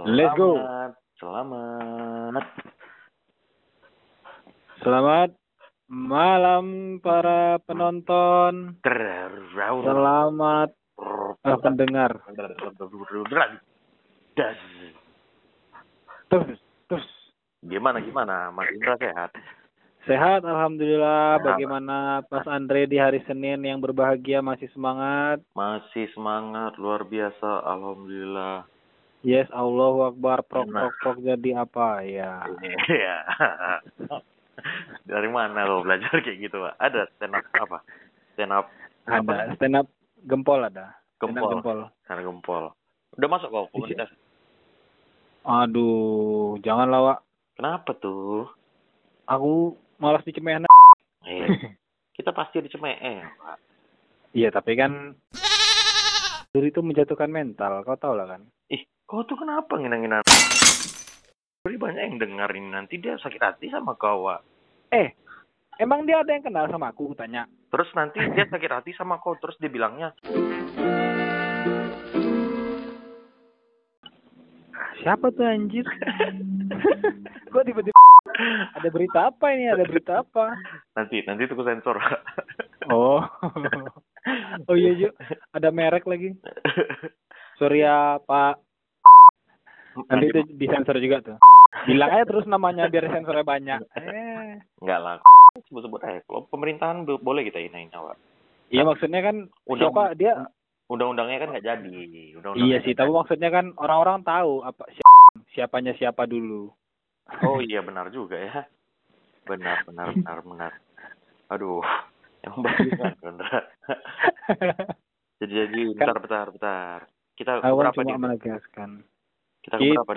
Let's go. Selamat malam para penonton. Selamat pendengar. Terus. Gimana Mas Indra sehat? Sehat, alhamdulillah. Bagaimana Mas Andre di hari Senin yang berbahagia, masih semangat? Masih semangat, luar biasa, alhamdulillah. Yes, Allahu Akbar. Prok jadi apa ya? Iya. Dari mana lo belajar kayak gitu, Pak? Ada stand up apa? Stand up Ada apa? stand up gempol ada. Stand up Gempol. Stand up gempol. Udah masuk kok komunitas? Aduh, janganlah, Wak. Kenapa tuh? Aku malas dicemeh. Kita pasti dicemeh, Pak. Iya, tapi kan itu menjatuhkan mental, kau tahu lah kan. Kau tuh kenapa ngina-ngina? Jadi banyak yang dengerin, nanti dia sakit hati sama kau, Wak. Emang dia ada yang kenal sama aku, tanya. Terus nanti dia sakit hati sama kau, terus dia bilangnya, siapa tuh anjir? Kok tiba-tiba ada berita apa ini? Ada berita apa? Nanti tunggu sensor. Oh iya Ju, ada merek lagi. Sorry ya Pak. Nanti itu disensor juga tuh. Bilang aja terus namanya biar sensornya banyak. Enggak lah, sebut-sebut aja. Kalau pemerintahan boleh kita hinain, Pak. Iya, maksudnya kan siapa dia? Undang-undangnya kan nggak jadi. Iya sih, tapi maksudnya kan orang-orang tahu apa siapanya siapa dulu. Oh iya, benar juga ya. Benar. Aduh, yang bagus kan. Jadi bentar. Kita berapa cuma nih? menegaskan. Kita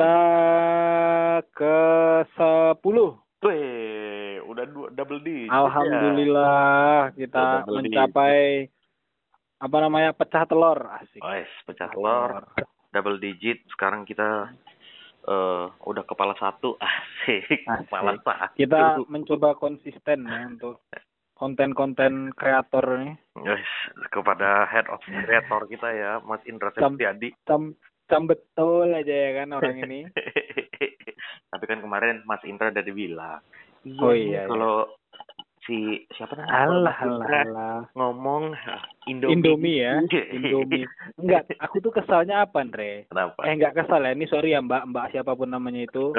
ke 10. Wih, udah double digit. Alhamdulillah kita mencapai pecah telur. Asik. Pecah telur. Double digit. Sekarang kita udah kepala satu. Asik. Kepala satu. Kita mencoba konsisten ya untuk konten-konten kreator nih. Kepada head of creator kita ya, Mas Indra Septiadi. Betul aja ya kan orang ini. Tapi kan kemarin Mas Indra udah dibilang. Iya. Kalau si siapa namanya? Allah. Ngomong Indomie ya. Indomie. Enggak, aku tuh kesalnya apa, Andre? Kenapa? Enggak kesal ya. Ini sorry ya Mbak siapapun namanya itu.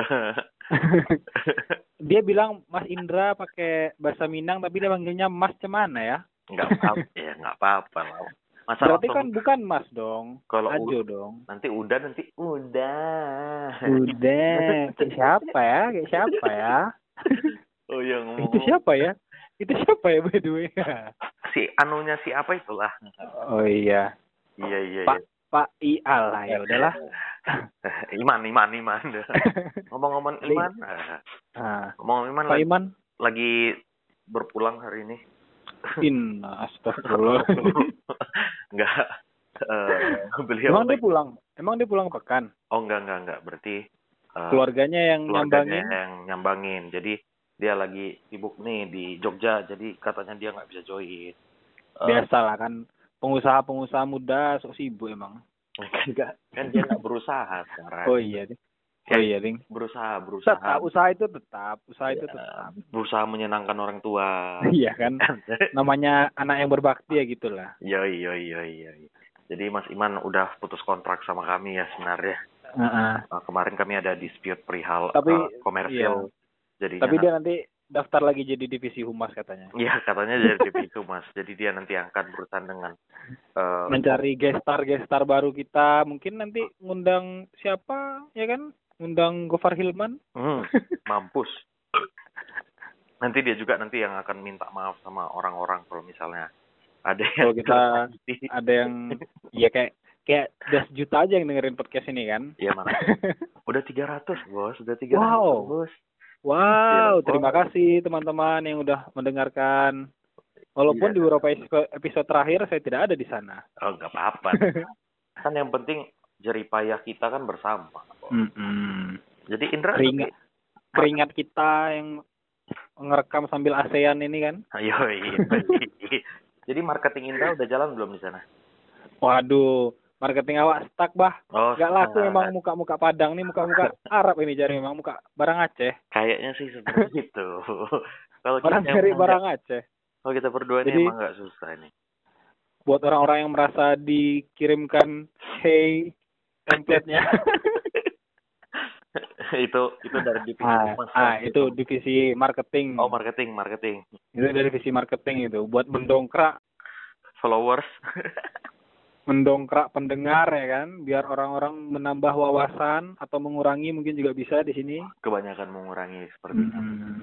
Dia bilang Mas Indra pakai bahasa Minang tapi dia panggilnya Mas cemana ya? Enggak apa-apa lah. Berarti kan bukan Mas dong. Kalau Ajo dong. Nanti udah. Kayak siapa ya? Oh iya, ngomong. Itu siapa ya by the way? Si apa itulah. Oh iya. Iya. Pak Ial lah, ya udahlah. Iman. Ngomong-ngomong Iman. Ngomong Iman. Pak Iman lagi berpulang hari ini. Astagfirullah. Enggak. Beliau Emang dia pulang pekan? Oh, enggak. Berarti keluarganya yang nyambangin. Jadi dia lagi sibuk nih di Jogja, jadi katanya dia nggak bisa join. Biasalah kan, pengusaha muda sok sibuk emang. Kan dia nggak berusaha sekarang. Oh iya ding. Berusaha. Usaha itu tetap. Berusaha menyenangkan orang tua. Iya kan. Namanya anak yang berbakti ya gitulah. Iya. Jadi Mas Iman udah putus kontrak sama kami ya sebenarnya. Kemarin kami ada dispute perihal komersil. Jadinya tapi dia nanti daftar lagi jadi divisi humas katanya. Iya, katanya jadi divisi humas. Jadi dia nanti akan berurusan dengan mencari gestar baru kita. Mungkin nanti ngundang siapa ya kan? Ngundang Gofar Hilman. Mampus. Nanti dia juga yang akan minta maaf sama orang-orang kalau misalnya ada yang ada yang ya kayak 10 juta aja yang dengerin podcast ini kan. Iya, mana? Udah 300, Bos. Udah 300, Bos. Wow, terima kasih teman-teman yang udah mendengarkan. Walaupun di beberapa episode terakhir saya tidak ada di sana. Oh, nggak apa-apa. Kan yang penting jeripayah kita kan bersama. Jadi Indra keringat kita yang ngerekam sambil ASEAN ini kan. Ayo. Jadi marketing Indra udah jalan belum di sana? Waduh, Marketing awak stuck, bah. Oh, Gak laku memang muka-muka Padang nih, muka-muka Arab ini jadi memang muka barang Aceh. Kayaknya sih seperti itu. Kalau Orang kita cari barang Aceh. kalau kita berdua ini Jadi, emang nggak susah ini. buat orang-orang yang merasa dikirimkan template-nya. itu dari divisi itu divisi marketing. Oh, marketing. Itu dari divisi marketing itu buat mendongkrak followers. Mendongkrak pendengar ya kan, biar orang-orang menambah wawasan atau mengurangi mungkin juga bisa di sini. Kebanyakan mengurangi seperti itu.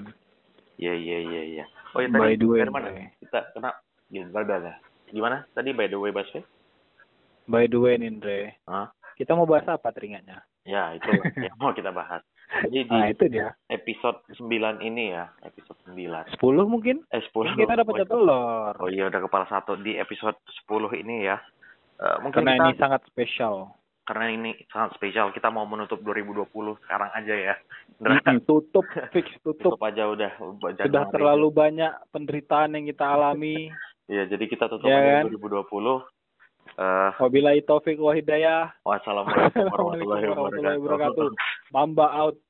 Iya. Oh, ya By tadi the way, dari mana? Kita kena gimana? Tadi by the way Baswe? By the way, Nindre. Kita mau bahas apa teringatnya? Ya, itu yang mau kita bahas. Jadi itu dia. Episode 9 ini ya, episode 9. 10 mungkin? 10. Kita dapat telur. Oh iya, udah kepala satu di episode 10 ini ya. Mungkin karena ini sangat spesial. Karena ini sangat spesial, kita mau menutup 2020 sekarang aja ya. Tutup, fix tutup. Tutup aja udah. Sudah terlalu banyak penderitaan yang kita alami. Iya, jadi kita tutup aja 2020. Wabillahi taufik wa hidayah. Wassalamualaikum warahmatullahi wabarakatuh. Mamba out.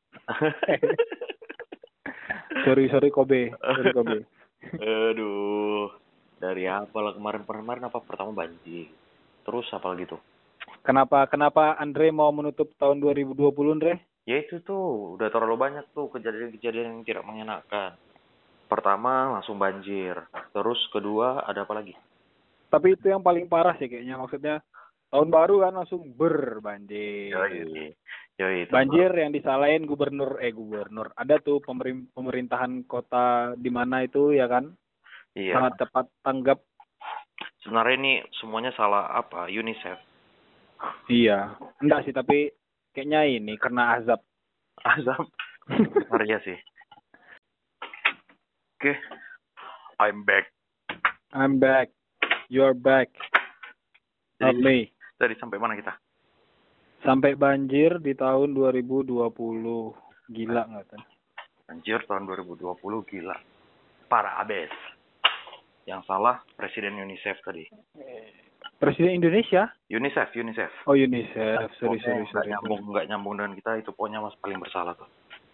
sorry Kobe. Aduh. Dari apa lah kemarin apa pertama banjir. Terus apa lagi tuh? Kenapa Andre mau menutup tahun 2020, Andre? Ya itu tuh, udah terlalu banyak tuh kejadian yang tidak mengenakan. Pertama langsung banjir. Terus kedua ada apa lagi? Tapi itu yang paling parah sih kayaknya, maksudnya tahun baru kan langsung berbanjir. Yoi, banjir yang disalahin gubernur. Ada tuh pemerintahan kota di mana itu ya kan? Iya. Sangat cepat tanggap. Sebenarnya ini semuanya salah UNICEF. Iya, enggak sih, tapi kayaknya ini karena azab. Benar sih. Oke. I'm back. You're back. Not me. Tadi sampai mana kita? Sampai banjir di tahun 2020. Gila nggak tuh? Banjir tahun 2020 gila. Parah abis. Yang salah Presiden UNICEF tadi. Presiden Indonesia? UNICEF. Oh, UNICEF. Sorry. Nggak nyambung dengan kita, itu pokoknya mas paling bersalah tuh.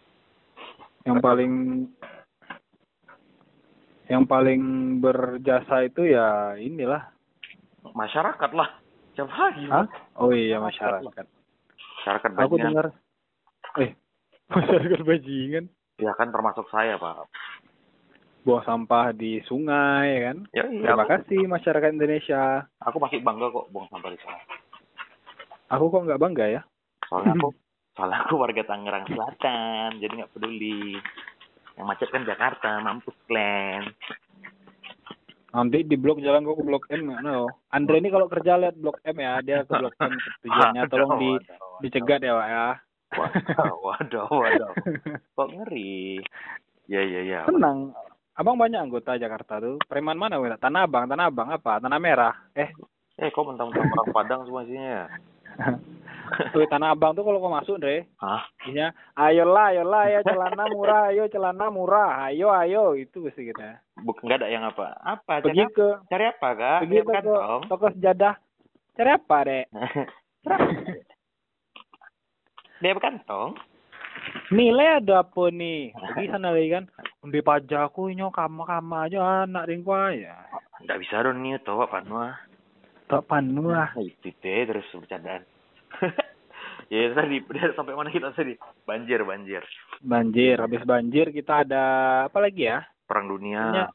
Yang paling berjasa itu ya inilah. Masyarakat lah. Siapa lagi? Oh iya, masyarakat. Masyarakat bajingan. Aku dengar. Masyarakat bajingan. Ya kan termasuk saya, Pak. Buang sampah di sungai kan. Ya, Terima kasih masyarakat Indonesia. Aku masih bangga kok buang sampah di sungai. Aku kok nggak bangga ya? Soalnya aku warga Tangerang Selatan, jadi nggak peduli. Yang macet kan Jakarta, mampus klan. Nanti di blok jalan kok ke blok M nggak no. Andre ini kalau kerja lihat blok M ya, dia ke blok M tujuannya. Tolong dicegat ya Pak ya. Waduh. Kok ngeri. Ya. Tenang. Abang banyak anggota Jakarta tuh. Preman mana weh? Tanah Abang apa? Tanah Merah. Kok mentang-mentang orang Padang semua isinya ya? Tuh Tanah Abang tuh kalau kau masuk, Dre. Isinya, ayolah ya celana murah. Ayo itu pasti gitu ya. Bukan, enggak ada yang apa? Apa? Cari apa, Kak? Pergi ke toko sejadah. Cari apa, Dek? Dia kantong. Nilai ada apa nih? Pergi sana lagi kan. Undi pajakku nyo kama aja anak ringkwa ya. Enggak bisa dong nih tahu panua. Itu deh terus bercandaan. Ya tadi sampai mana kita tadi? Banjir. Habis banjir kita ada apa lagi ya? Perang dunia.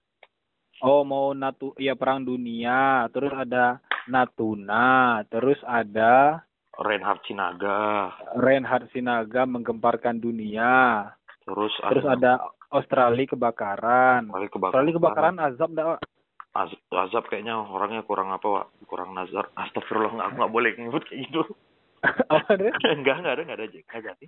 Perang dunia. Terus ada Natuna. Terus ada Reinhard Sinaga menggemparkan dunia. Terus ada Australia kebakaran. Australia kebakaran azab enggak, Pak? Azab kayaknya orangnya kurang apa, Pak? Kurang nazar. Astagfirullah, aku enggak boleh nyebut kayak gitu. Enggak ada jadi.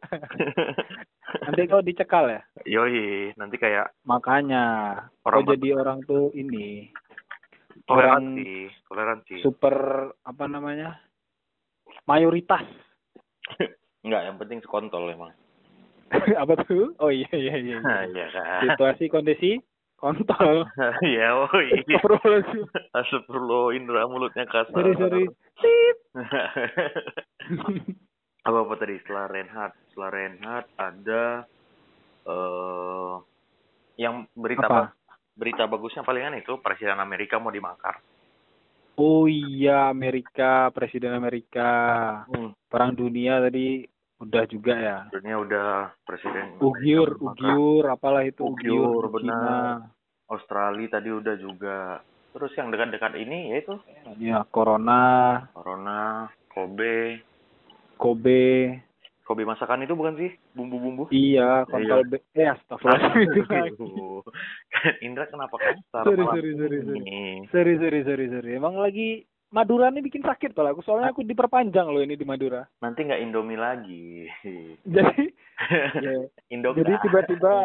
Nanti kau dicekal ya? Yoi, nanti kayak makanya kau jadi orang tuh ini toleransi. Super apa namanya? Mayoritas. Enggak, yang penting sekontol emang. Apa tuh? Oh iya. Iya kan. Situasi kondisi kontol. Iya, Astagfirullah, Indra mulutnya kasar. Sorry. Tit. Apa tadi setelah Reinhardt ada yang Apa? berita bagusnya palingan itu Presiden Amerika mau dimakar. Oh iya, Presiden Amerika. Perang dunia tadi udah juga ya. Dunia udah Presiden Ugyur, apalah itu Ugyur di Cina. Australia tadi udah juga. Terus yang dekat-dekat ini yaitu ya Corona, Kobe masakan itu bukan sih? Bumbu-bumbu. Iya, kontol astagfirullah. Indra kenapa kasar? Sorry. Emang lagi Madura nih bikin sakit kalau aku. Soalnya aku diperpanjang loh ini di Madura. Nanti nggak Indomie lagi. Jadi, jadi tiba-tiba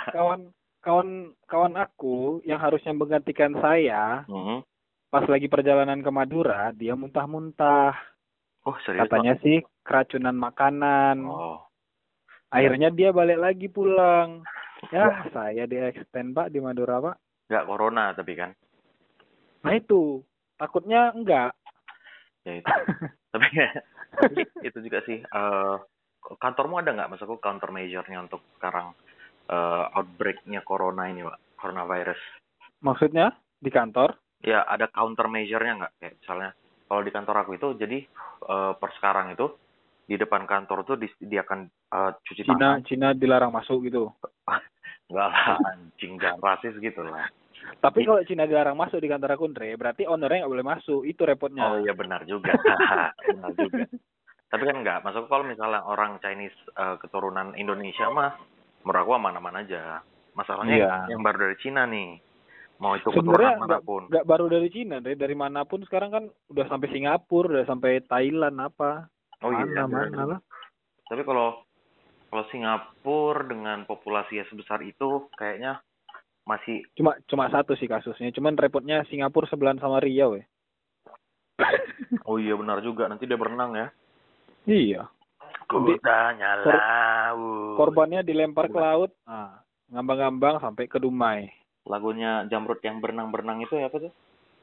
kawan aku yang harusnya menggantikan saya, pas lagi perjalanan ke Madura, dia muntah-muntah. Oh, serius? Katanya sih keracunan makanan. Akhirnya dia balik lagi pulang. Ya, saya di-extend Pak di Madura Pak. Nggak corona tapi kan? Nah itu, takutnya enggak. Ya itu. tapi itu juga sih. Kantormu ada nggak maksudku countermeasure-nya untuk sekarang outbreak-nya corona ini Pak? Coronavirus. Maksudnya di kantor? Ya, ada countermeasure-nya nggak? Kayak misalnya kalau di kantor aku itu jadi per sekarang itu di depan kantor tuh disediakan cuci tangan. Cina dilarang masuk gitu. Enggak lah, anjing, jangan rasis gitu lah. Tapi kalau Cina dilarang masuk di kantor aku, Andre, berarti ownernya nggak boleh masuk. Itu repotnya. Oh iya, benar juga. Benar juga. Tapi kan enggak, maksudku kalau misalnya orang Chinese keturunan Indonesia mah menurut aku aman-aman aja. Masalahnya yang baru dari Cina nih. Mau itu keturunan manapun. Nggak baru dari Cina, dari manapun sekarang kan udah sampai Singapura, udah sampai Thailand apa. Oh iya, mana lah. Tapi kalau Singapura dengan populasi yang sebesar itu kayaknya masih cuma satu sih kasusnya. Cuman repotnya Singapura sebelahan sama Riau ya. Oh iya benar juga, nanti dia berenang ya. Iya. Kudanya laut. Korbannya dilempar ke laut, ngambang-ngambang sampai ke Dumai. Lagunya Jamrud yang berenang-berenang itu ya apa tuh?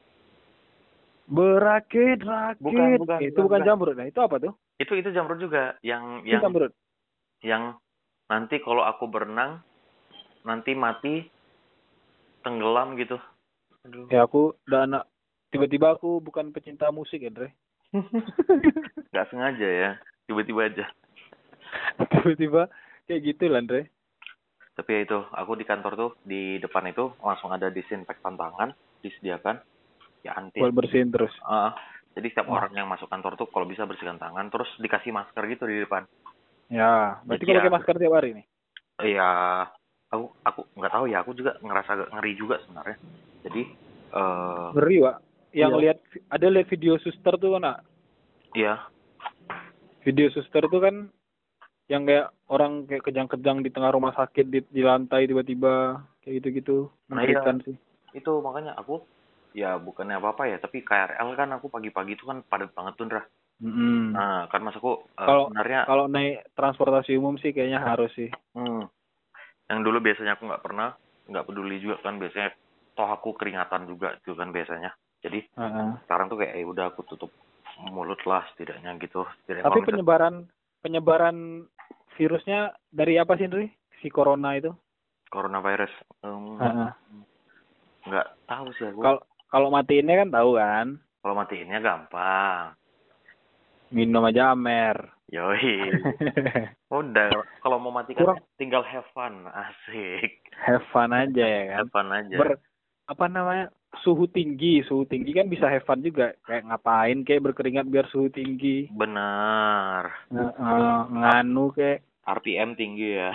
Berakit. Bukan. Itu bukan Jamrud, nah itu apa tuh? Itu Jamrud juga, yang Jamrud. Yang nanti kalau aku berenang nanti mati tenggelam gitu. Aduh. Ya aku udah anak tiba-tiba aku bukan pecinta musik, Andre. Gak sengaja ya, tiba-tiba aja. Tiba-tiba kayak gitu lah, Andre. Tapi ya itu, aku di kantor tuh di depan itu langsung ada disinfektan tangan disediakan. Ya anti. Buat bersihin terus. Jadi setiap orang yang masuk kantor tuh kalau bisa bersihkan tangan, terus dikasih masker gitu di depan. Ya, berarti kalau pakai masker tiap hari nih? Iya, aku nggak tahu ya, aku juga ngerasa agak ngeri juga sebenarnya. Jadi ngeri, Pak. Yang lihat video suster tuh kan, Iya. Video suster tuh kan yang kayak orang kayak kejang-kejang di tengah rumah sakit di lantai tiba-tiba kayak gitu-gitu. Mengerikan sih. Itu makanya aku ya bukannya apa-apa ya, tapi KRL kan aku pagi-pagi itu kan padat banget tuh, Ndra. Nah, kan maksudku sebenarnya kalau naik transportasi umum sih kayaknya harus sih. Yang dulu biasanya aku nggak peduli juga kan, biasanya toh aku keringatan juga itu kan biasanya. Jadi sekarang tuh kayak udah aku tutup mulut lah setidaknya gitu. Tapi penyebaran virusnya dari apa sih, Ndri? Si corona itu? Coronavirus. Nggak tahu sih aku. Kalau matiinnya kan tahu kan? Kalau matiinnya gampang. Minum aja Amer. Yoi. Udah, kalau mau matikan tinggal have fun, asik. Have fun aja ya kan? Have fun aja. Apa namanya? Suhu tinggi kan bisa have fun juga. Kayak ngapain kayak berkeringat biar suhu tinggi. Benar. Nganu kayak RPM tinggi ya.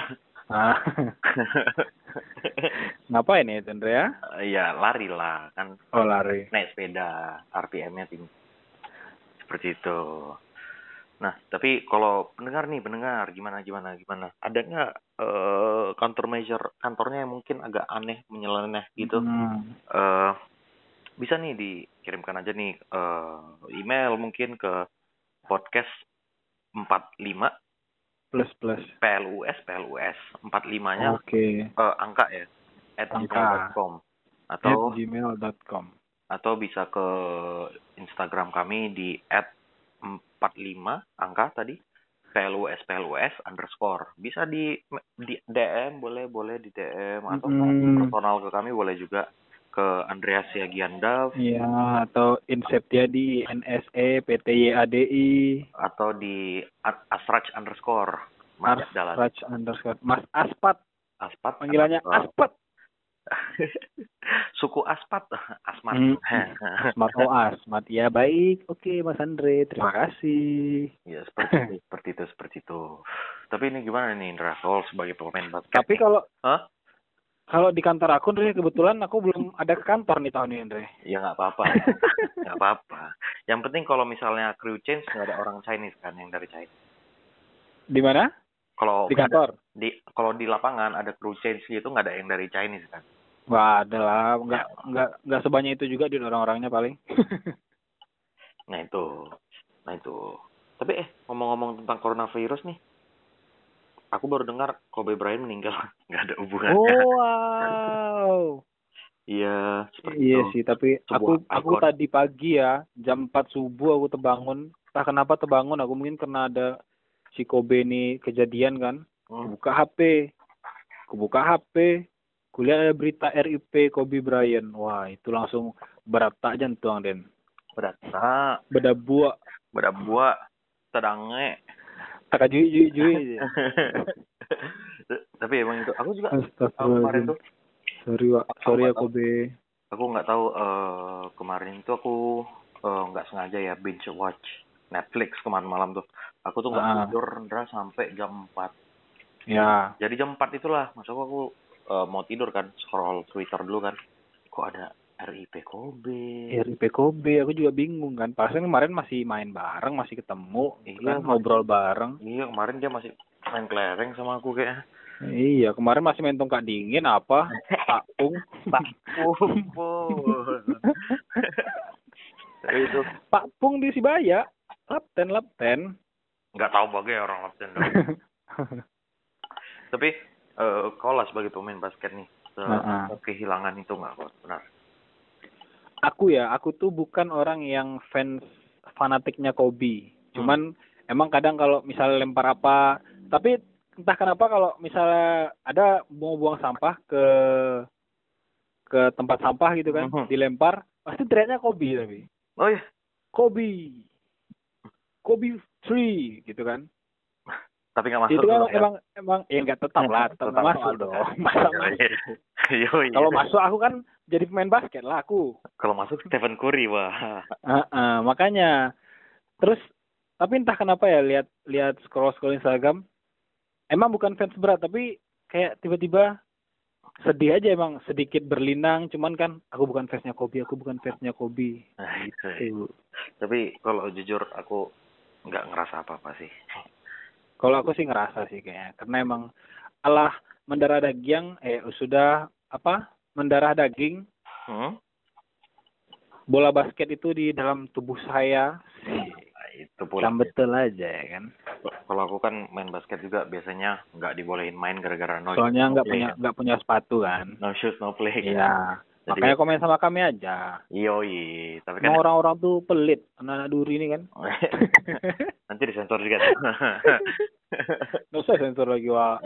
Ngapain ya, Chandra ya? Iya, lari lah kan. Oh, lari. Naik sepeda, RPM-nya tinggi. Seperti itu. Nah, tapi kalau pendengar gimana? Ada nggak kantornya yang mungkin agak aneh, menyeleneh gitu? Bisa nih dikirimkan aja nih email mungkin ke podcast 45 plus PLUS 45-nya angka ya @gmail.com atau gmail.com atau bisa ke Instagram kami di 45 angka tadi, PLUS underscore. Bisa di DM, boleh di DM atau personal ke kami, boleh juga ke Andreas Siagianda. Iya, atau Inseptia di NSE PTYADI atau di Asraj underscore Mas Dalan. Asraj underscore Mas Aspat. Aspat panggilannya Aspat. Suku Aspat, Asmat. Asmat, oh Asmat. Ya baik, oke Mas Andre, terima kasih. Ya seperti itu. Tapi ini gimana nih Indra, soal sebagai pemain basket? Tapi kalau di kantor aku, Andre, kebetulan aku belum ada ke kantor nih tahun ini, Andre. Ya nggak apa-apa, nggak apa-apa. Yang penting kalau misalnya crew change nggak ada orang Chinese kan, yang dari China. Di mana? Kalau di kantor. Kalau di lapangan ada crew change gitu nggak ada yang dari Chinese kan? Wah, ada lah, nggak sebanyak itu juga di orang-orangnya paling. Nah itu. Tapi ngomong-ngomong tentang coronavirus nih, aku baru dengar Kobe Bryant meninggal, nggak ada hubungannya. Oh wow. Iya, seperti iya itu. Sih, tapi aku tadi pagi ya, jam 4 subuh aku terbangun. Entah kenapa terbangun, aku mungkin karena ada si Kobe ini kejadian kan. Buka HP, kuliah ada berita RIP Kobe Bryant. Wah, itu langsung berata jantung, Den. Berata. Bedabuak. Tedange. Tak jui. Tapi emang itu, aku juga kemarin tuh. Sorry ya Kobe. Aku nggak tahu kemarin tuh aku nggak sengaja ya binge watch Netflix kemarin malam tuh. Aku tuh nggak tidur sampai jam 4. Ya. Jadi jam 4 itulah, masuk aku mau tidur kan, scroll Twitter dulu kan. Kok ada RIP Kobe. RIP Kobe, aku juga bingung kan. Padahal kemarin masih main bareng, masih ketemu, iya, kan ngobrol bareng. Iya, kemarin dia masih main kelereng sama aku kayaknya. Iya, kemarin masih main tongkat dingin apa? Pak Pung. Itu Pak Pung di Sibaya, Lapten. Nggak tahu bagaimana orang Lapten dong. Tapi kau lah sebagai pemain basket nih, kehilangan itu nggak kok, benar? Aku tuh bukan orang yang fanatiknya Kobe. Cuman emang kadang kalau misalnya lempar apa, tapi entah kenapa kalau misalnya ada mau buang sampah ke tempat sampah gitu kan, dilempar, pasti teriaknya Kobe tapi. Oh iya. Kobe 3 gitu kan. Tapi nggak masuk. Itu kan emang ya nggak tetap masuk dong. Masa masuk. Kalau masuk aku kan jadi pemain basket lah aku. Kalau masuk Stephen Curry, wah. Makanya. Terus tapi entah kenapa ya lihat scroll Instagram, emang bukan fans berat tapi kayak tiba-tiba sedih aja, emang sedikit berlinang, cuman kan aku bukan fansnya Kobe. Nah, itu. Tapi kalau jujur aku nggak ngerasa apa-apa sih. Kalau aku sih ngerasa sih kayaknya, karena emang mendarah daging mendarah daging. Bola basket itu di dalam tubuh saya. Itu pula. Betul aja ya kan. Kalau aku kan main basket juga biasanya nggak dibolehin main gara-gara soalnya nggak punya sepatu kan. No shoes no play. Iya. Jadi, makanya komen sama kami aja. Yoi. Tapi kan orang-orang tuh pelit, anak-anak duri ini kan. Nanti disensor juga. Nggak usah sensor lagi, Wak.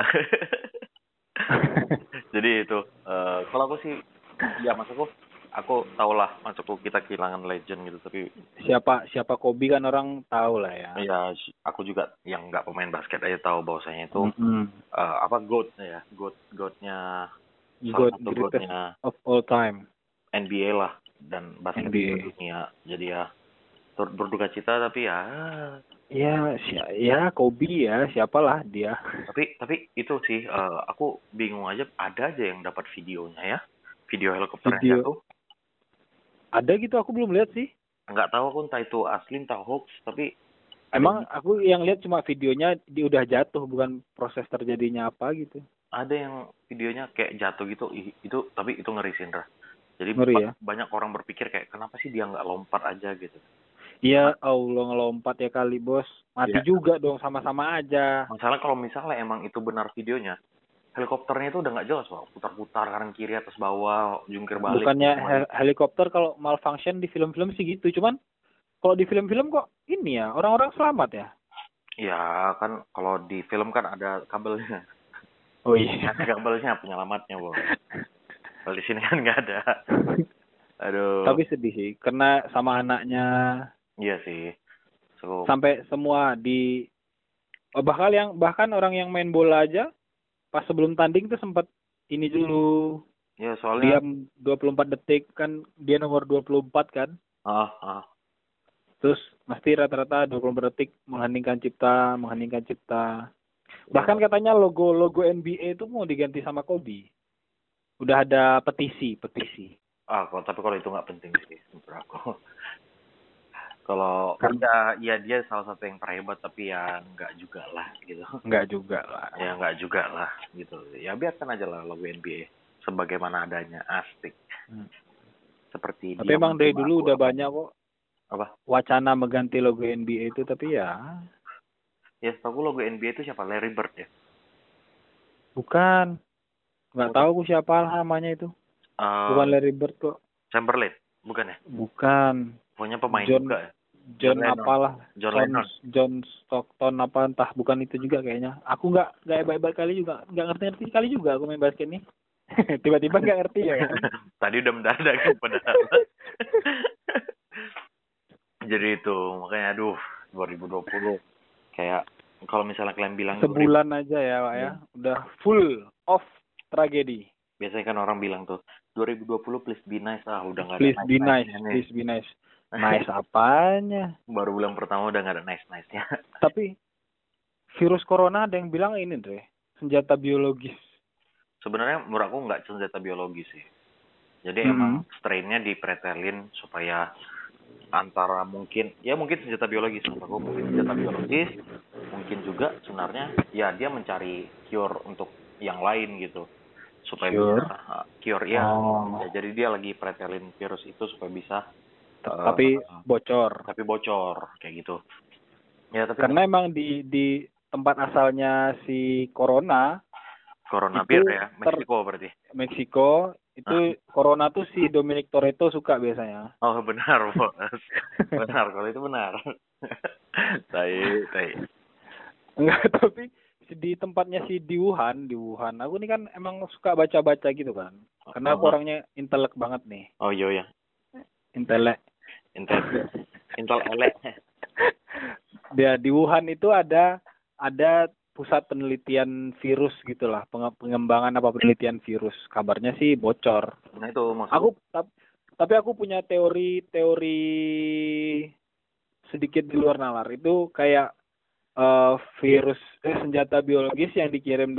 Jadi itu kalau aku sih ya aku tahu lah, maksudku kita kehilangan legend gitu, tapi siapa Kobe kan orang tahu lah ya. Iya, aku juga yang nggak pemain basket aja tahu bahwasanya itu GOAT-nya GOAT-nya of all time, NBA lah, dan basket dunia. Jadi ya berduka cita, tapi ya Kobe ya, siapalah dia. Tapi itu sih aku bingung aja, ada aja yang dapat videonya ya, video helikopter yang jatuh. Ada gitu, aku belum lihat sih. Nggak tahu aku entah itu asli entah hoax, tapi emang aku yang lihat cuma videonya dia udah jatuh, bukan proses terjadinya apa gitu. Ada yang videonya kayak jatuh gitu, tapi itu ngeri sih, Indra. Jadi banyak orang berpikir kayak kenapa sih dia nggak lompat aja gitu. Iya, Allah, ngelompat ya kali, bos. Mati juga dong, sama-sama aja. Masalah kalau misalnya emang itu benar videonya, helikopternya itu udah nggak jelas, Pak. Putar-putar kanan kiri atas bawah, jungkir balik. Bukannya helikopter kalau malfunction di film-film sih gitu, cuman Kalau di film-film kok ini ya, orang-orang selamat ya? Ya kan kalau di film kan ada kabelnya. Oh iya. Ada kabelnya penyelamatnya, Bos. Kalau di sini kan nggak ada. Aduh. Tapi sedih sih, karena sama anaknya Iya sih. So, sampai semua bahkan orang yang main bola aja pas sebelum tanding tuh sempat ini dulu ya soalnya diam 24 detik kan, dia nomor 24 kan. Terus pasti rata-rata 24 detik mengheningkan cipta. Bahkan katanya logo NBA itu mau diganti sama Kobe. Udah ada petisi. tapi kalau itu nggak penting sih menurut aku. Kalau Kan ya dia salah satu yang terhebat, tapi ya nggak juga lah gitu. enggak juga lah. Ya nggak juga lah gitu. Ya biarkan aja lah logo NBA sebagaimana adanya, asik. Seperti Tapi dia emang dari menerima dulu aku udah apa. banyak kok Apa? wacana mengganti logo NBA itu, tapi ya Ya setahu logo NBA itu siapa? Larry Bird ya? bukan. Nggak Bukan. tahu aku siapa namanya itu. Bukan Larry Bird kok. Chamberlain, bukan ya? Bukan. Pokoknya pemain John juga ya? John Lennon. apalah. John Lennon. John Stockton apa entah, bukan itu juga kayaknya. Aku nggak hebat-hebat kali juga, nggak ngerti kali juga aku main basket nih. Tiba-tiba nggak ngerti ya kan. Tadi udah mendadak padahal. Jadi itu makanya aduh 2020 kayak kalau misalnya kalian bilang sebulan aja ya Pak ya, udah full of tragedi. Biasanya kan orang bilang tuh 2020 please be nice, udah nggak ada please be nice. Nice apanya? Baru bulan pertama udah nggak ada nice-nya. Tapi virus corona ada yang bilang ini deh, senjata biologis. Sebenarnya menurut aku nggak senjata biologis sih. Jadi emang strainnya dipretelin supaya antara mungkin senjata biologis, mungkin senjata biologis, mungkin juga sebenarnya ya dia mencari cure untuk yang lain gitu supaya bisa cure ya. Ya jadi dia lagi pretelin virus itu supaya bisa tapi bocor kayak gitu ya. Tapi karena emang di tempat asalnya si corona bir ya, Meksiko itu corona tuh si Dominic Toretto suka biasanya. Oh benar Bos. Benar, kalau itu benar. Tai. Enggak, tapi di tempatnya di Wuhan aku nih kan emang suka baca-baca gitu kan, karena aku orangnya intelek banget nih. Oh iya intel elek. Dia di Wuhan itu ada pusat penelitian virus gitulah, pengembangan penelitian virus, kabarnya sih bocor. Nah itu maksud tapi aku punya teori sedikit di luar nalar. Itu kayak virus senjata biologis yang dikirim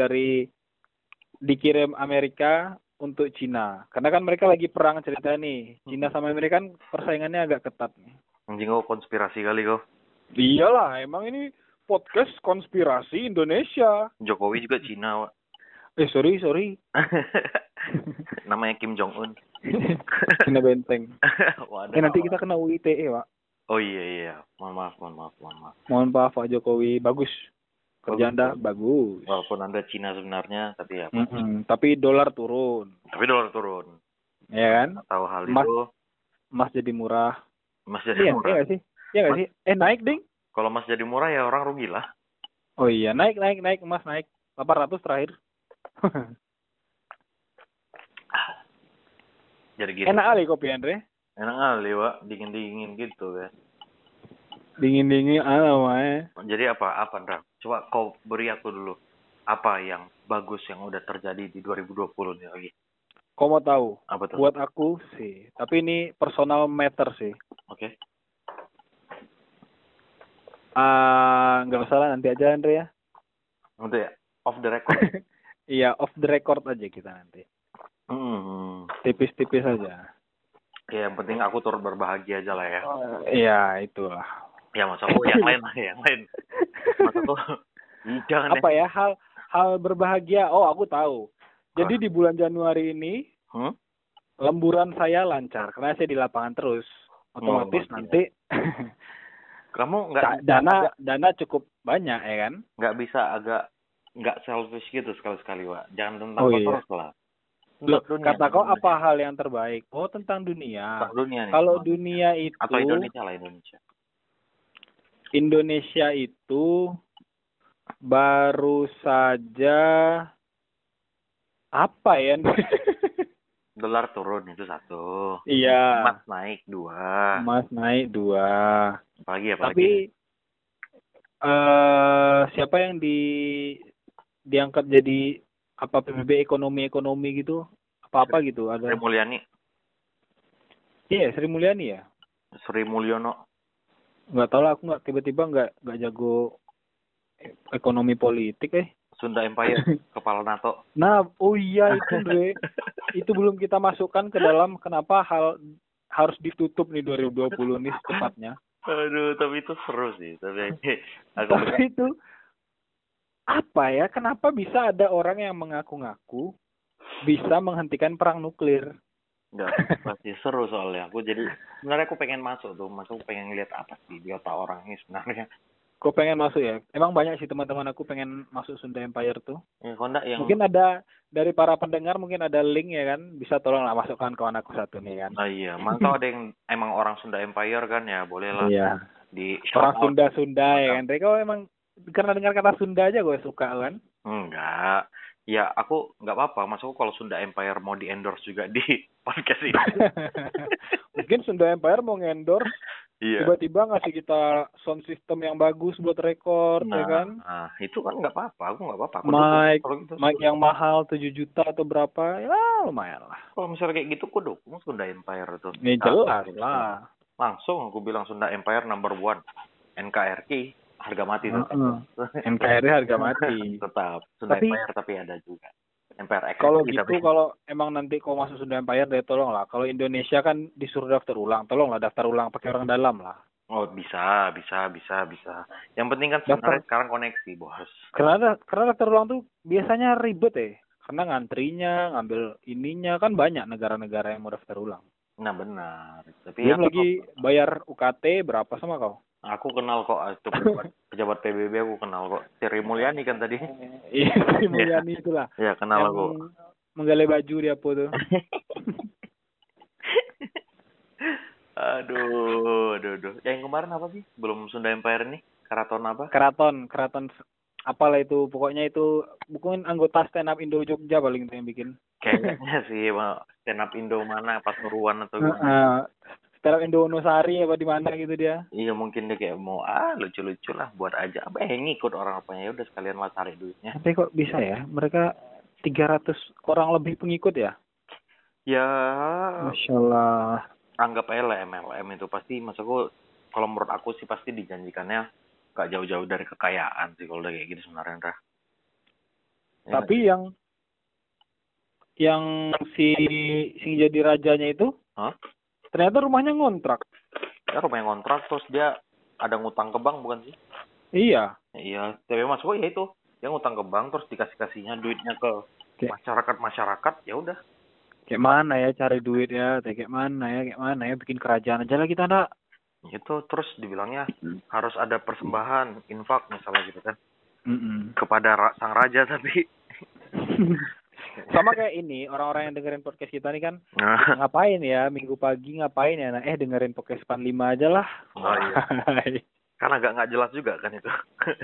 Amerika untuk Cina, karena kan mereka lagi perang cerita nih. Cina sama Amerika kan persaingannya agak ketat nih. Anjing konspirasi kali kau. Iyalah, emang ini podcast konspirasi Indonesia. Jokowi juga Cina, Wak. Sorry. Namanya Kim Jong Un. Cina benteng. Nanti kita kena UITE, Pak. Oh iya. Mohon maaf. Mohon maaf Pak Jokowi, bagus. Kerja Anda bagus. Walaupun Anda Cina sebenarnya, tapi ya. Tapi dolar turun. Ya kan? Tahu hal itu. Emas jadi murah. Iya nggak sih? Iya nggak sih? Naik, Ding. Kalau emas jadi murah ya orang rugi lah. Oh iya, naik. Emas naik. 800 terakhir. Jadi gitu. Enak kali kopi, Andre. Enak kali, Wak. Dingin-dingin gitu kan. Dingin-dingin, wae. Jadi apa, Ndra? Coba kau beri aku dulu. Apa yang bagus yang udah terjadi di 2020 nih lagi? Kau mau tahu? Apa tuh? Buat aku sih. Tapi ini personal matter sih. Oke. Nggak usah lah, nanti aja Andre ya. Nanti ya? Off the record? Iya, off the record aja kita nanti. Tipis-tipis aja. Ya, yang penting aku turut berbahagia aja lah ya. Iya, itulah. Ya, maksudku yang lain. Maksudku, jangan apa ya, hal berbahagia. Oh, aku tahu. Jadi di bulan Januari ini, lemburan saya lancar. Karena saya di lapangan terus. Otomatis nanti... Kamu nggak dana cukup banyak ya kan? Nggak bisa nggak selfish gitu sekali-sekali, Wak. Jangan tentang terus lah. Loh, kata kau apa hal yang terbaik? Oh, tentang dunia. Tentang dunia nih. Kalau dunia itu atau Indonesia lah, Indonesia. Indonesia itu baru saja apa ya? Dolar turun itu satu. Iya. Emas naik 2. Emas naik 2. Apalagi. Tapi siapa yang diangkat jadi apa PBB ekonomi gitu? Apa gitu ada? Sri Mulyani. Iya, Sri Mulyani ya? Sri Mulyono. Nggak tahu lah, aku nggak tiba-tiba nggak jago ekonomi politik Sunda Empire, kepala NATO. Nah, oh iya itu Dre. Itu belum kita masukkan ke dalam kenapa harus ditutup nih 2020 nih secepatnya. Aduh, tapi itu seru sih. Tapi itu apa ya? Kenapa bisa ada orang yang mengaku-ngaku bisa menghentikan perang nuklir? Enggak, pasti seru soalnya. Sebenarnya aku pengen masuk tuh. Aku pengen lihat apa sih di otak orang ini sebenarnya. Kok pengen masuk ya? Emang banyak sih teman-teman aku pengen masuk Sunda Empire tuh. Mungkin ada dari para pendengar mungkin ada link ya kan, bisa tolonglah masukkan kawan aku satu nih kan. Oh iya, mantap ada yang emang orang Sunda Empire kan ya, boleh lah. Iya. Di orang Sunda ya kan. Kau emang karena dengar kata Sunda aja gue suka kan? Enggak. Ya aku nggak apa-apa, maksudku kalau Sunda Empire mau di endorse juga di podcast ini. Mungkin Sunda Empire mau ngendorse. Iya. Tiba-tiba ngasih kita sound system yang bagus buat record, ya kan? Nah, itu kan nggak apa-apa, aku nggak apa-apa. Mic yang mahal 7 juta atau berapa, ya lumayan lah. Kalau misalnya kayak gitu, aku dukung Sunda Empire tuh. Ini jelas lah. Langsung aku bilang Sunda Empire number 1. NKRI, harga mati tetap. NKRI harga mati. Tetap. Sunda Empire tapi ada juga. Kalau gitu, kalau emang nanti kau masuk Sunda Empire, deh tolong lah. Kalau Indonesia kan disuruh daftar ulang, tolonglah daftar ulang pakai orang dalam lah. Oh bisa. Yang penting kan sekarang koneksi bos. Karena daftar ulang tuh biasanya ribet karena ngantrinya, ngambil ininya kan banyak negara-negara yang mau daftar ulang. Nah benar. Tapi belum lagi bayar UKT berapa sama kau? Aku kenal kok itu pejabat PBB, aku kenal kok. Sri Mulyani kan tadi. Iya, Sri Mulyani itulah. Iya, kenal aku. Menggali baju dia apa tuh. Aduh. Yang kemarin apa sih? Belum Sunda Empire nih? Keraton apa? Keraton apalah itu. Pokoknya itu bukan anggota stand up Indo Jogja paling itu yang bikin. Kayaknya sih stand up Indo mana Pasuruan atau gimana. Stand up Indo Wonosari apa di mana gitu dia. Iya, mungkin dia kayak mau lucu-lucu lah buat aja. Ngikut orang apanya, ya udah sekalian lah cari duitnya. Tapi kok bisa ya? Mereka 300 orang lebih pengikut ya? Ya. Masya Allah. Anggap aja lah MLM itu pasti, maksudku kalau menurut aku sih pasti dijanjikannya gak jauh-jauh dari kekayaan sih kalau udah kayak gitu sebenarnya. Ya. Tapi yang si jadi rajanya itu, ternyata rumahnya ngontrak. Ya rumahnya ngontrak, terus dia ada ngutang ke bank bukan sih? Iya. Iya, tapi maksudku ya itu, dia ngutang ke bank terus dikasihnya duitnya ke masyarakat, ya udah. Kayak mana ya cari duit ya, kayak mana ya bikin kerajaan aja lah kita nak. Itu terus dibilangnya harus ada persembahan infak misalnya gitu kan. Kepada sang raja tapi sama kayak ini orang-orang yang dengerin podcast kita nih kan ngapain ya minggu pagi ngapain ya dengerin podcast 45 aja lah. Oh iya. Karena nggak jelas juga kan itu.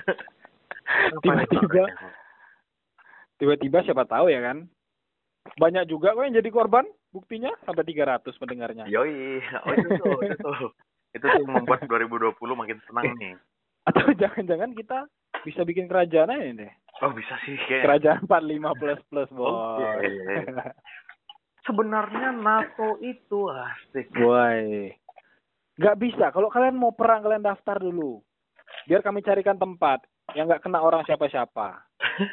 tiba-tiba siapa tahu ya kan. Banyak juga kok yang jadi korban, buktinya sampai 300 pendengarnya. Yoi, itu tuh membuat 2020 makin senang nih. Atau jangan-jangan kita bisa bikin kerajaan aja deh. Oh bisa sih kayak. Kerajaan 45 plus bos. Okay. Sebenarnya NATO itu asik. Woi, nggak bisa. Kalau kalian mau perang kalian daftar dulu. Biar kami carikan tempat yang nggak kena orang siapa-siapa.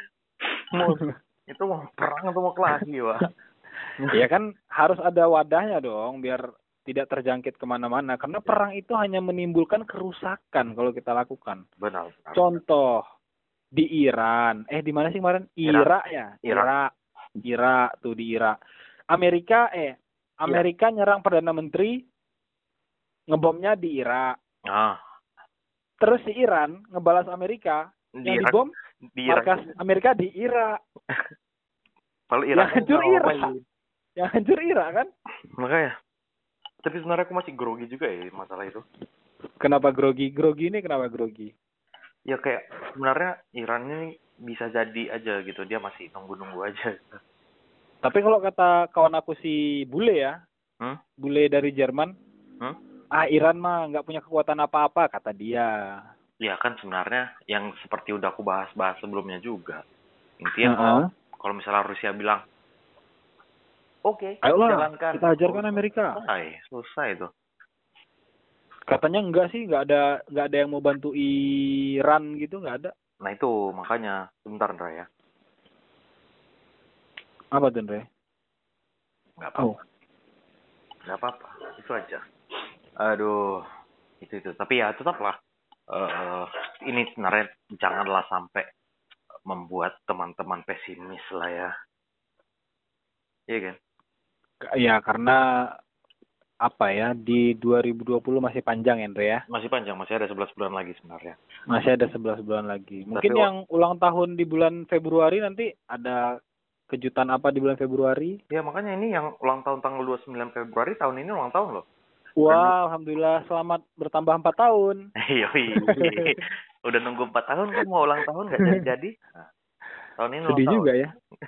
Itu mau perang atau mau kelahi, Wak? Iya kan harus ada wadahnya dong biar tidak terjangkit kemana-mana. Karena perang itu hanya menimbulkan kerusakan kalau kita lakukan. Benar. Contoh di Iran. Di mana sih kemarin? Irak ya? Irak tuh di Irak. Amerika nyerang Perdana Menteri ngebomnya di Irak. Terus si Iran ngebalas Amerika yang dibom markas Amerika di Irak. Kalau Irak hancur Irak. Yang hancur Irak kan? Makanya. Tapi sebenarnya aku masih grogi juga ya masalah itu. Kenapa grogi? Grogi ini kenapa grogi? Ya kayak sebenarnya Iran ini bisa jadi aja gitu. Dia masih nunggu-nunggu aja. Tapi kalau kata kawan aku si Bule ya, Bule dari Jerman, Iran mah nggak punya kekuatan apa-apa kata dia. Ya kan sebenarnya yang seperti udah aku bahas-bahas sebelumnya juga. Intinya kalau misalnya Rusia bilang, oke, ayolah, jalankan. kita hajarkan Amerika. Selesai itu. Katanya enggak sih, nggak ada yang mau bantu Iran gitu, nggak ada. Nah itu makanya sebentar Ndra ya. Apa tuh Ndra? Nggak apa-apa. Nggak apa-apa. Itu aja. Aduh, itu. Tapi ya tetaplah. Ini sebenarnya janganlah sampai membuat teman-teman pesimis lah ya. Iya kan? Ya karena apa ya, di 2020 masih panjang ya Ndra ya? Masih panjang, masih ada 11 bulan lagi sebenarnya. Masih ada 11 bulan lagi. Mungkin yang ulang tahun di bulan Februari nanti ada kejutan apa di bulan Februari? Ya makanya ini yang ulang tahun tanggal 29 Februari tahun ini ulang tahun loh. Wah, alhamdulillah selamat bertambah 4 tahun. Udah nunggu 4 tahun kan mau ulang tahun nggak jadi-jadi. Nah, tahun ini sedih juga ya.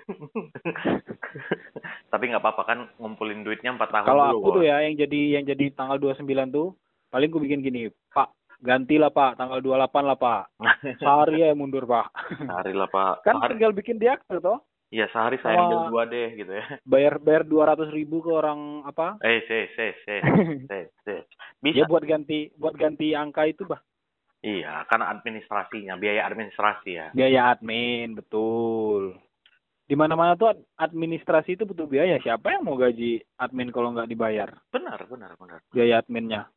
Tapi nggak apa-apa kan ngumpulin duitnya 4 tahun kalau dulu. Kalau aku tuh ya yang jadi tanggal 29 tuh paling ku bikin gini, Pak, gantilah Pak, tanggal 28 lah Pak. Sehari ya mundur Pak. Sehari lah Pak. Kan tinggal bikin di akte toh. Iya, sehari saya ambil 2 deh gitu ya. Bayar 200.000 ke orang apa? Bisa. Ya buat ganti angka itu, Bah. Iya, karena administrasinya, biaya administrasi ya. Biaya admin, betul. Di mana-mana tuh administrasi itu butuh biaya. Siapa yang mau gaji admin kalau nggak dibayar? Benar. Biaya adminnya.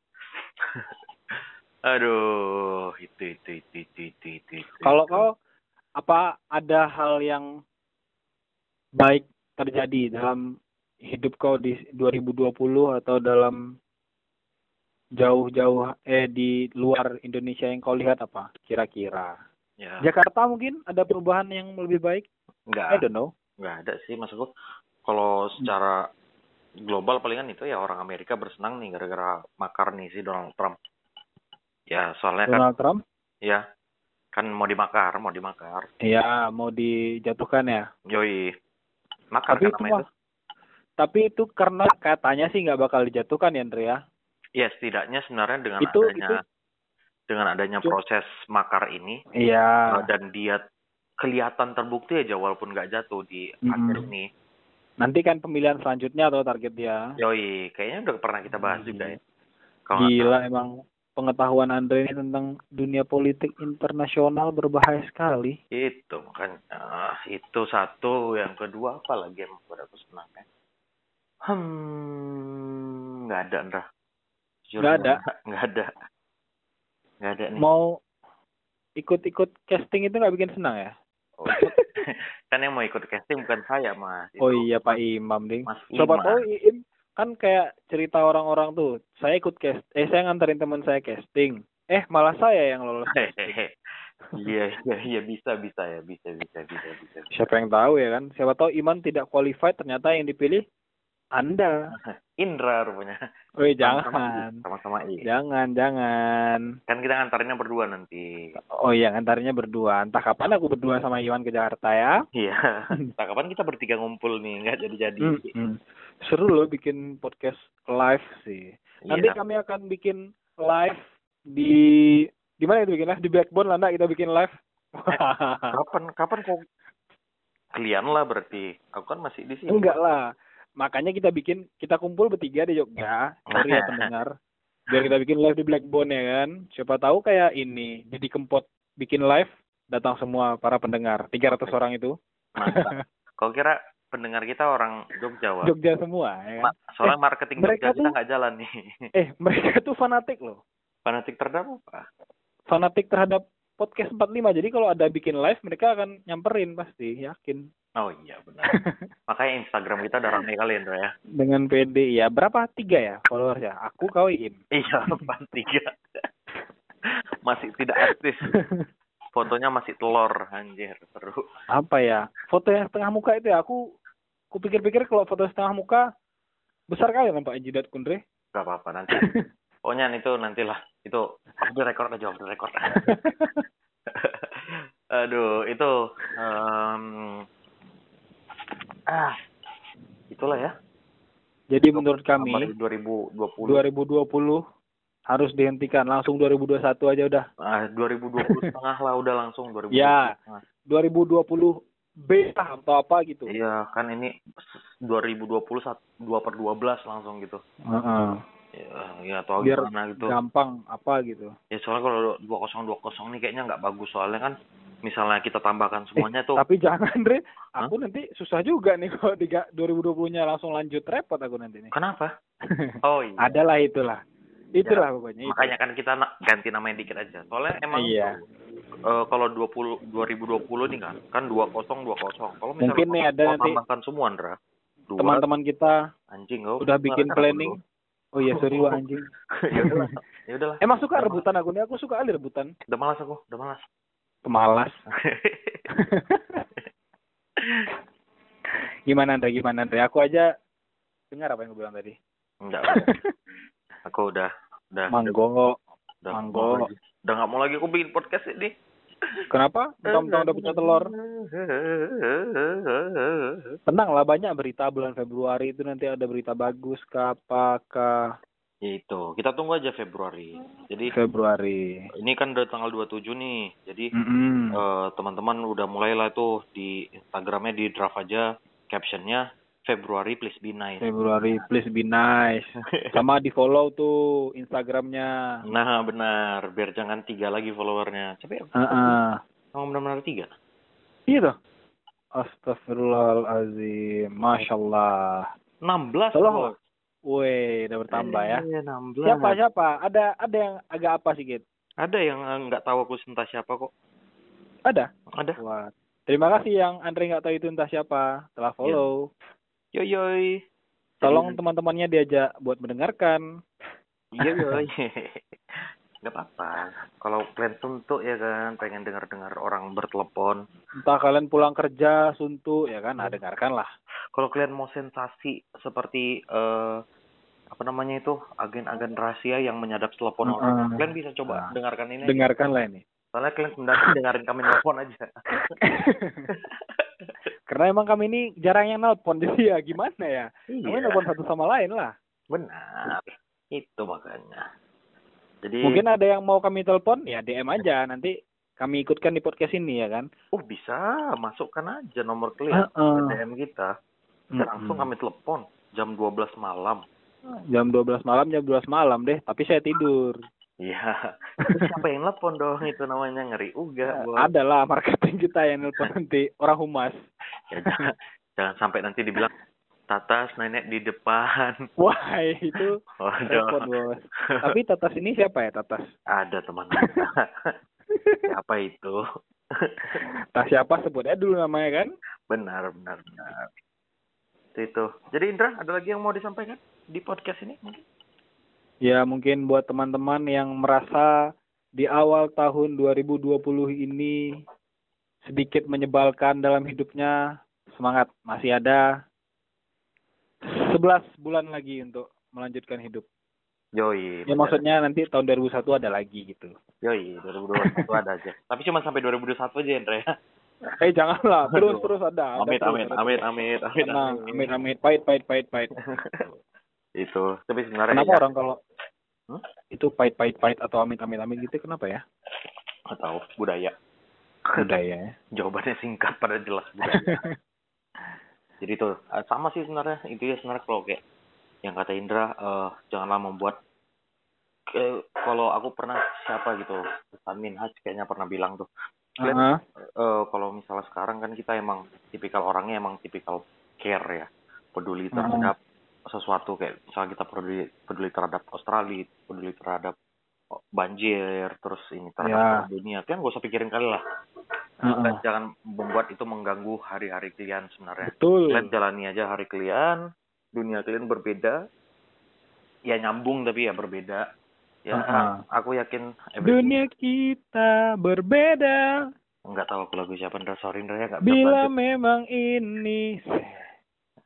Aduh, itu. Kalau kau apa ada hal yang baik terjadi dalam hidup kau di 2020 atau dalam jauh-jauh di luar Indonesia yang kau lihat apa kira-kira? Ya. Jakarta mungkin ada perubahan yang lebih baik? Enggak. I don't know. Enggak ada sih maksudku. Kalau secara global palingan itu ya orang Amerika bersenang nih gara-gara makar nih si Donald Trump. Ya soalnya Donald Trump? Ya kan mau dimakar. Iya, mau dijatuhkan ya. Yoi. Makar kan namanya itu. Tapi itu karena katanya sih nggak bakal dijatuhkan ya, Andre ya? Ya setidaknya sebenarnya dengan adanya proses makar ini. Iya. Dan dia kelihatan terbukti aja walaupun nggak jatuh di akhir ini. Nanti kan pemilihan selanjutnya atau target dia. Yoi, kayaknya udah pernah kita bahas juga ya. Gila emang pengetahuan Andre ini tentang dunia politik internasional berbahaya sekali. Itu kan itu satu, yang kedua apa lagi yang membuat aku senang ya? Nggak ada Ndra. Nggak ada nih. Mau ikut casting itu nggak bikin senang ya? Kan yang mau ikut casting bukan saya Mas. Oh iya Pak Imam ding. Mas Sobat tahu Im kan kayak cerita orang-orang tuh. Saya ikut saya nganterin teman saya casting. Malah saya yang lolos. Iya bisa. Siapa yang tahu ya kan? Siapa tahu Iman tidak qualified, ternyata yang dipilih Anda. Indra rupanya. Oh jangan. Sama-sama Jangan. Kan kita ngantarinnya berdua nanti. Oh iya, ngantarinnya berdua. Entah kapan aku berdua sama Iwan ke Jakarta ya. Iya. Entah kapan kita bertiga ngumpul nih, nggak jadi-jadi. Seru loh bikin podcast live sih. Nanti kami akan bikin live di mana itu bikin live? Di Backbone lah, kita bikin live. Kapan kok? Kalian lah berarti. Aku kan masih di sini. Enggak lah. Makanya kita kumpul bertiga di Jogja. Sorry ya pendengar. Biar kita bikin live di Blackbone ya kan. Siapa tahu kayak ini. Jadi Kempot bikin live, datang semua para pendengar. 300 orang itu. Mantap. Kau kira pendengar kita orang Jogja, Wak? Jogja semua ya kan? Soalnya marketing Jogja kita nggak jalan nih. Mereka tuh fanatik loh. Fanatik terhadap apa? Fanatik terhadap podcast 45. Jadi kalau ada bikin live, mereka akan nyamperin pasti, yakin. Oh iya benar. Makanya Instagram kita udah ramai kali ya. Dengan PD ya. Berapa? 3 ya followersnya? Aku, kau, Im. Iya, 3. Masih tidak aktif. Fotonya masih telur, anjir, seru. Apa ya? Foto yang setengah muka itu ya, aku Ku pikir-pikir kalau foto setengah muka besar kali nampak jidat Kundre. Gak apa-apa nanti. Pokoknya itu nantilah. Itu off the record aja, off the record. Aduh, itu itulah ya. Jadi menurut kami 2020 harus dihentikan, langsung 2021 aja udah. 2020 setengah lah udah langsung 2020. Ya, 2020 B atau apa gitu. Iya, kan ini 2020 2/12 langsung gitu. Ya atau biar gimana gitu. Gampang apa gitu. Ya soalnya kalau 2020 nih kayaknya nggak bagus, soalnya kan misalnya kita tambahkan semuanya tuh. Tapi jangan, Dre. Aku nanti susah juga nih kalau 2020-nya langsung lanjut, repot aku nanti nih. Kenapa? Oh iya. Adalah itulah ya, pokoknya. Makanya kan kita ganti namanya dikit aja. Soalnya emang kalau 2020 nih kan 2020. Kalau misalnya mungkin nih ada nanti tambahkan semua, Andra. Teman-teman kita anjing udah bikin planning. Oh iya, sorry wah anjing. Ya udahlah. Emang suka rebutan aku nih, aku suka kali rebutan. Udah malas. Pemalas. Gimana Andre? Aku aja dengar apa yang gue bilang tadi. Enggak. Aku udah Manggo. Udah nggak mau lagi aku bikin podcast ini. Kenapa? Mentang-mentang udah punya telur. Tenang lah, banyak berita bulan Februari itu, nanti ada berita bagus apakah. Itu kita tunggu aja Februari. Jadi Februari. Ini kan udah tanggal 27 nih. Jadi teman-teman udah mulailah tuh di Instagramnya di draft aja captionnya Februari please be nice. Februari please be nice. Sama di follow tuh Instagramnya. Nah benar, biar jangan 3 lagi followernya. Tapi emang benar-benar 3. Iya tuh. Astagfirullahaladzim. Masya Allah. 16 loh. Wih, udah bertambah ya. 16. Siapa? Ada yang agak apa sih, Git? Ada yang nggak tahu aku entah siapa kok. Ada. Wah. Terima kasih yang Andre nggak tahu itu entah siapa telah follow. Yoi. Tolong teman-temannya diajak buat mendengarkan. Yoi. Nggak apa-apa. Kalau kalian suntuk ya kan, pengen dengar-dengar orang bertelepon. Entah kalian pulang kerja suntuk ya kan, dengarkanlah. Kalau kalian mau sensasi seperti apa namanya itu, agen-agen rahasia yang menyadap telepon orang, kalian bisa coba dengarkan ini. Dengarkanlah ini. Soalnya kalian sebenarnya dengerin kami nelpon aja. Karena emang kami ini jarang yang nelpon, jadi ya gimana ya? Kami nelpon satu sama lain lah. Benar. Itu makanya. Jadi mungkin ada yang mau kami telepon, ya DM aja, nanti kami ikutkan di podcast ini ya kan? Oh bisa, masukkan aja nomor kalian ke DM kita. Langsung kami telepon jam 12 malam. Jam 12 malam deh, tapi saya tidur. Iya. Siapa yang telepon dong, itu namanya ngeri uga. Adalah marketing kita yang telepon nanti, orang humas. Ya, jangan sampai nanti dibilang Tatas nenek di depan. Wah, itu repot, Bos. Tapi Tatas ini siapa ya, Tatas? Ada teman kita. Siapa itu? Tas siapa sebutnya dulu namanya kan? Benar. Itu. Jadi Indra, ada lagi yang mau disampaikan di podcast ini mungkin? Ya, mungkin buat teman-teman yang merasa di awal tahun 2020 ini sedikit menyebalkan dalam hidupnya, semangat, masih ada 11 bulan lagi untuk melanjutkan hidup. Yoi. Ya maksudnya nanti tahun 2001 ada lagi gitu. Yoi, 2021 ada aja. Tapi cuma sampai 2021 aja, Indra ya. Janganlah, terus ada. Amit. Pahit. Itu, tapi sebenarnya kenapa orang kalau itu pahit atau amit gitu, kenapa ya? Atau budaya ya. Jawabannya singkat pada jelas, budaya. Jadi itu sama sih sebenarnya, itu ya sebenarnya kalau kayak yang kata Indra, janganlah membuat kalau aku pernah siapa gitu, Ustaz Minhaj kayaknya pernah bilang tuh, kalau misalnya sekarang kan kita emang tipikal orangnya emang tipikal care ya, peduli terhadap sesuatu, kayak misalnya kita peduli terhadap Australia, peduli terhadap banjir, terus ini terhadap dunia, kan gak usah pikirin kali lah. Jangan membuat itu mengganggu hari-hari kalian sebenarnya. Betul. Kalian jalani aja hari kalian, dunia kalian berbeda, ya nyambung tapi ya berbeda. Ya, aku yakin dunia kita berbeda. Enggak tahu aku lagu siapa, Indra, sorry Indra ya, enggak bila memang ini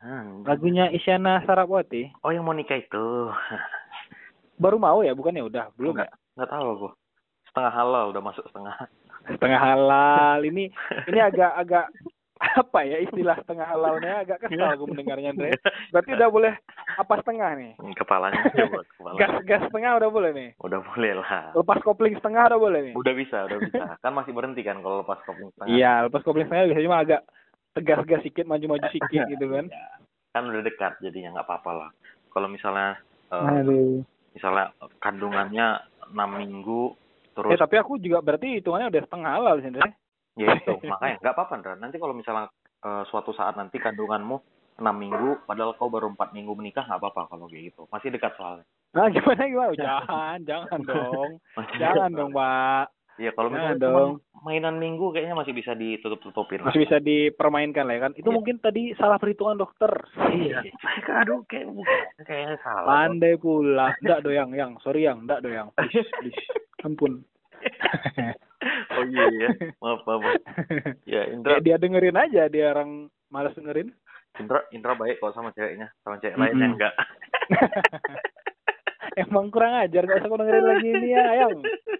Lagunya Isyana Saraswati. Oh, yang mau nikah itu. Baru mau ya, bukan ya? Udah, belum ya? Nggak tahu aku. Setengah halal, udah masuk setengah. Setengah halal. Ini agak apa ya istilah setengah halalnya, agak kesal aku mendengarnya, Andre. Berarti udah boleh apa setengah nih? Kepalanya aja buat kepala. Gas setengah udah boleh nih? Udah boleh lah. Lepas kopling setengah udah boleh nih? Udah bisa. Kan masih berhenti kan kalau lepas kopling setengah. Iya, lepas kopling setengah biasanya cuma agak tegas sikit, maju-maju sikit gitu kan. Kan udah dekat jadinya nggak apa-apa lah. Kalau misalnya misalnya kandungannya 6 minggu terus. Tapi aku juga berarti hitungannya udah setengah halal sih, Andre. Ya itu, makanya nggak apa-apa, Ndra. Nanti kalau misalnya suatu saat nanti kandunganmu 6 minggu, padahal kau baru 4 minggu menikah, nggak apa-apa kalau kayak gitu. Masih dekat soalnya. Nah, gimana? Jangan dong. Jangan dong, Pak. Iya, kalau misalnya mainan minggu kayaknya masih bisa ditutup-tutupin. Masih bisa dipermainkan lah ya kan. Itu mungkin tadi salah perhitungan dokter. Iya. Aduh, kayaknya salah. Pandai pula. Nggak doyang, sorry nggak doyang. Please. Ampun. Oh iya, maaf. Ya, Indra. Dia dengerin aja, dia orang malas dengerin. Indra baik kok sama ceweknya, sama cewek lainnya enggak. Emang kurang ajar, nggak usah aku dengerin lagi ini ya, Ayang.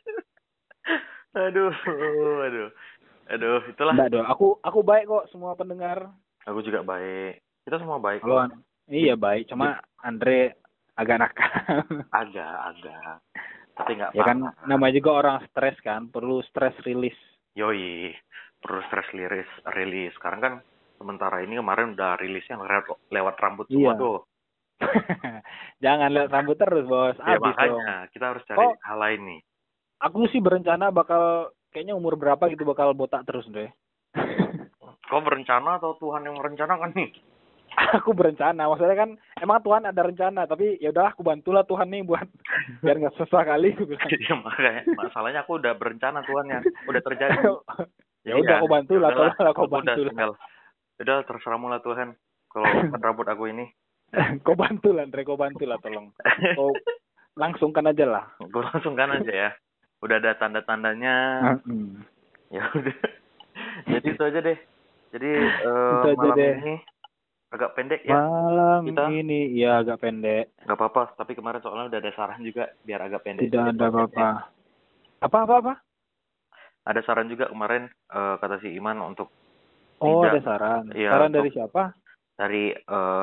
Aduh, itulah. Enggak dong, aku baik kok, semua pendengar. Aku juga baik. Kita semua baik kok. Iya baik, cuma Andre agak nakal. Agak. Tapi nggak apa-apa. Ya kan, namanya juga orang stres kan, perlu stress release. Yoi, perlu stress rilis. Sekarang kan sementara ini kemarin udah rilisnya lewat rambut semua tuh. Jangan lewat rambut terus, Bos. Ya makanya, kita harus cari hal lain nih. Aku sih berencana kayaknya umur berapa gitu bakal botak terus deh. Kau berencana atau Tuhan yang merencanakan nih? Aku berencana, maksudnya kan emang Tuhan ada rencana, tapi ya udahlah aku bantulah Tuhan nih buat biar nggak susah kali. Iya makanya, masalahnya aku udah berencana Tuhan ya, udah terjadi. Ya udah aku bantulah, kau bantulah. Udah terserahmu lah Tuhan, kalau rambut aku ini. Kau bantulah, Andre, tolong. Kau langsungkan aja lah. Kau langsungkan aja ya. Udah ada tanda-tandanya. Ya udah. Jadi itu aja deh. Jadi malam ini agak pendek ya. Malam ini ya agak pendek. Gak apa-apa, tapi kemarin soalnya udah ada saran juga biar agak pendek. Tidak ada apa-apa. Apa? Ada saran juga kemarin kata si Iman untuk. Ada saran. Ya, saran dari siapa? Dari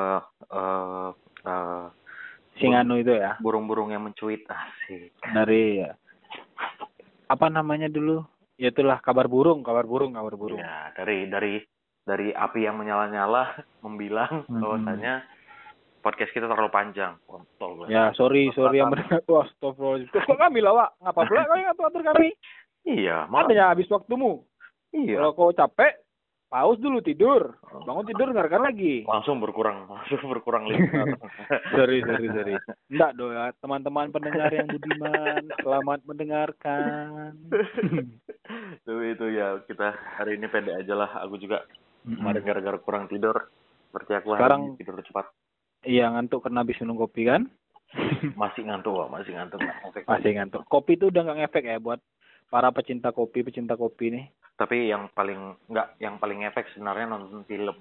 Singanu itu ya. Burung-burung yang mencuit asik. Dari apa namanya dulu? Ya itulah kabar burung. Ya, dari api yang menyala-nyala membilang bahwasanya podcast kita terlalu panjang. Kontol. Ya, sorry yang mendengar. Astagfirullahaladzim. Kok kami lah, Wak? Ngapa pula kau yang ngatur kami? Iya, makanya habis waktumu. Iya. Kalau kau capek, pause dulu tidur. Bangun tidur dengarkan lagi. Langsung berkurang listener. Sorry. Enggak dong ya, teman-teman pendengar yang budiman, selamat mendengarkan. Itu ya, kita hari ini pendek aja lah. Aku juga kemarin gara-gara kurang tidur. Seperti aku sekarang tidur cepat. Iya, ngantuk karena habis minum kopi kan? Masih ngantuk. Masih ngantuk. Kopi itu udah nggak ngefek ya buat para pecinta kopi nih. Tapi yang paling efek sebenarnya nonton film.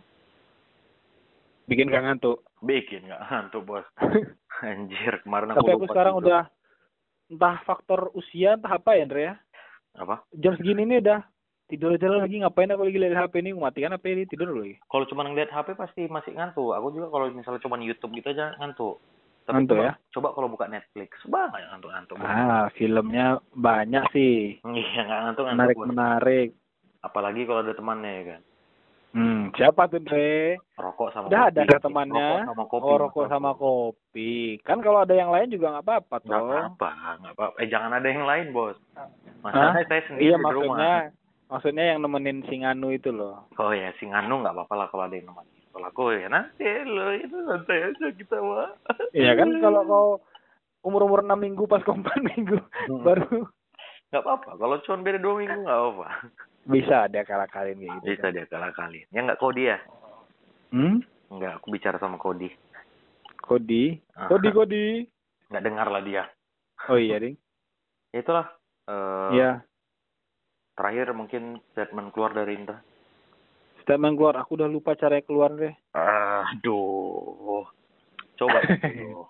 Bikin nggak ngantuk? Bikin nggak ngantuk, Bos. Anjir, kemarin aku lupa. Tapi aku sekarang tidur. Udah entah faktor usia, entah apa ya, Andre ya. Apa? Jam segini nih udah tidur aja lagi, ngapain aku lagi lihat HP ini, matikan HP ini, tidur lagi. Kalau cuma ngeliat HP pasti masih ngantuk. Aku juga kalau misalnya cuma YouTube gitu aja ngantuk. Tapi ngantuk ya? Coba kalau buka Netflix, banyak ngantuk-ngantuk. Filmnya banyak sih. Iya, nggak ngantuk. Menarik. Apalagi kalau ada temannya ya kan. Siapa tuh, Dre? Rokok sama udah kopi. Ada temannya. Rokok sama kopi. Kan kalau ada yang lain juga nggak apa-apa tuh. Nggak apa-apa. Jangan ada yang lain, Bos. Masalahnya saya sendiri di rumah. Maksudnya yang nemenin Singanu itu loh. Oh ya, Singanu nggak apa-apa lah kalau ada yang nemenin. Kalau aku ya nanti lo itu santai aja kita mah. Iya kan, kalau kau umur 6 minggu pas kau 4 minggu baru. Nggak apa-apa. Kalau cuma beda 2 minggu nggak apa-apa. Bisa dia kalah-kalin kayak gitu. Bisa dia kalah-kalin. Ya nggak Kodi ya? Nggak, aku bicara sama Kodi. Kodi? Nggak dengar lah dia. Oh iya, Ding. Itulah. Iya. Terakhir mungkin statement keluar dari Indra. Statement keluar, aku udah lupa cara keluar deh. Aduh. Coba dulu.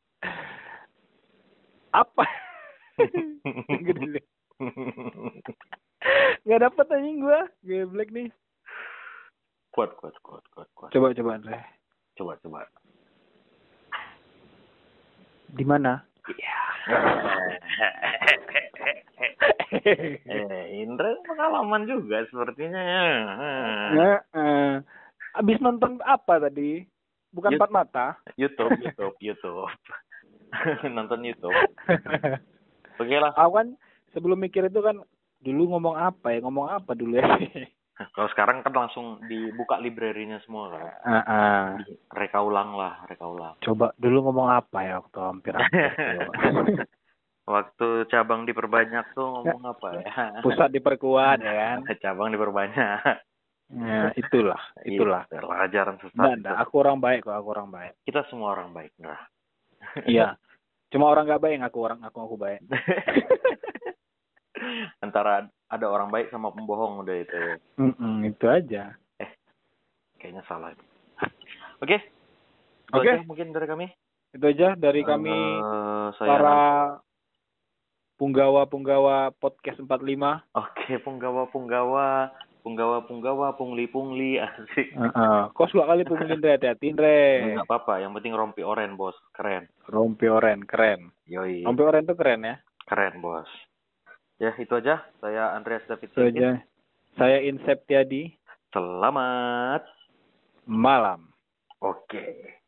Apa? Nggak dapet anjing gua. Geblek nih. Kuat. Coba Andre. Coba. Di mana? Iya. Indra pengalaman juga sepertinya ya. Abis nonton apa tadi? Bukan Empat Mata? YouTube. Nonton YouTube. Oke lah. Aku kan sebelum mikir itu kan dulu ngomong apa dulu ya. Kalau sekarang kan langsung dibuka library-nya semua kan. Reka ulang. Coba dulu ngomong apa ya waktu hampir. Waktu cabang diperbanyak tuh ngomong apa ya? Pusat diperkuat ya kan. Cabang diperbanyak. Ya, itulah. Ajaran sesat. Nah, aku orang baik kok, Kita semua orang baik, nah. Iya. Cuma orang nggak baik, aku baik. Antara ada orang baik sama pembohong udah itu. Itu aja. Kayaknya salah. Oke. Mungkin dari kami. Itu aja dari kami para punggawa podcast 45. Oke, punggawa, pungli asik. Kok suka kali pungli hati-hati Andre. Enggak apa-apa, yang penting rompi oren, Bos. Keren. Rompi oren, keren. Yoi. Rompi oren tuh keren ya? Keren, Bos. Ya, itu aja. Saya Andreas David. Itu aja. Saya Insep Tiadi. Selamat malam. Oke.